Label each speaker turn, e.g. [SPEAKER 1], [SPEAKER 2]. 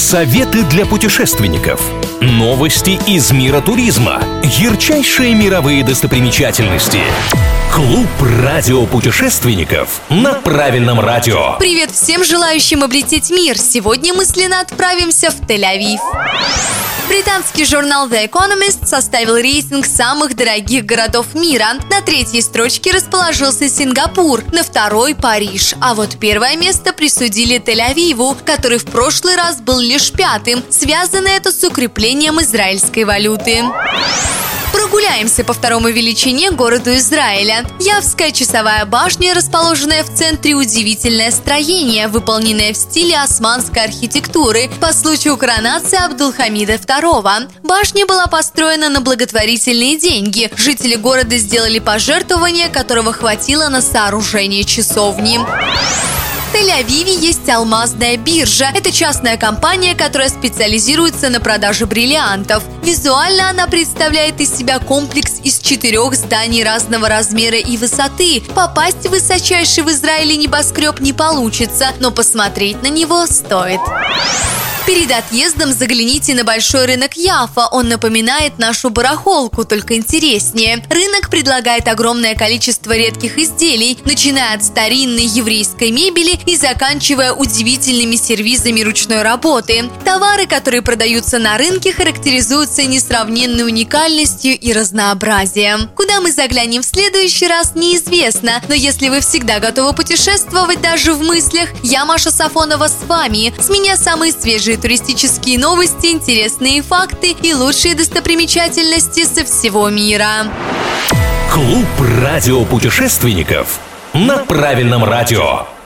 [SPEAKER 1] Советы для путешественников. Новости из мира туризма. Ярчайшие мировые достопримечательности. Клуб радиопутешественников на правильном радио.
[SPEAKER 2] Привет всем желающим облететь мир. Сегодня мысленно отправимся в Тель-Авив. Британский журнал The Economist составил рейтинг самых дорогих городов мира. На третьей строчке расположился Сингапур, на второй – Париж. А вот первое место присудили Тель-Авиву, который в прошлый раз был лишь пятым. Связано это с укреплением израильской валюты. Прогуляемся по второму величине городу Израиля. Явская часовая башня, расположенная в центре, удивительное строение, выполненное в стиле османской архитектуры по случаю коронации Абдулхамида II. Башня была построена на благотворительные деньги. Жители города сделали пожертвование, которого хватило на сооружение часовни. В Тель-Авиве есть алмазная биржа. Это частная компания, которая специализируется на продаже бриллиантов. Визуально она представляет из себя комплекс из 4 зданий разного размера и высоты. Попасть в высочайший в Израиле небоскреб не получится, но посмотреть на него стоит. Перед отъездом загляните на большой рынок Яффа. Он напоминает нашу барахолку, только интереснее. Рынок предлагает огромное количество редких изделий, начиная от старинной еврейской мебели и заканчивая удивительными сервизами ручной работы. Товары, которые продаются на рынке, характеризуются несравненной уникальностью и разнообразием. Куда мы заглянем в следующий раз, неизвестно, но если вы всегда готовы путешествовать даже в мыслях, я, Маша Сафонова, с вами. С меня самые свежие туристические новости, интересные факты и лучшие достопримечательности со всего мира.
[SPEAKER 1] Клуб радиопутешественников на правильном радио.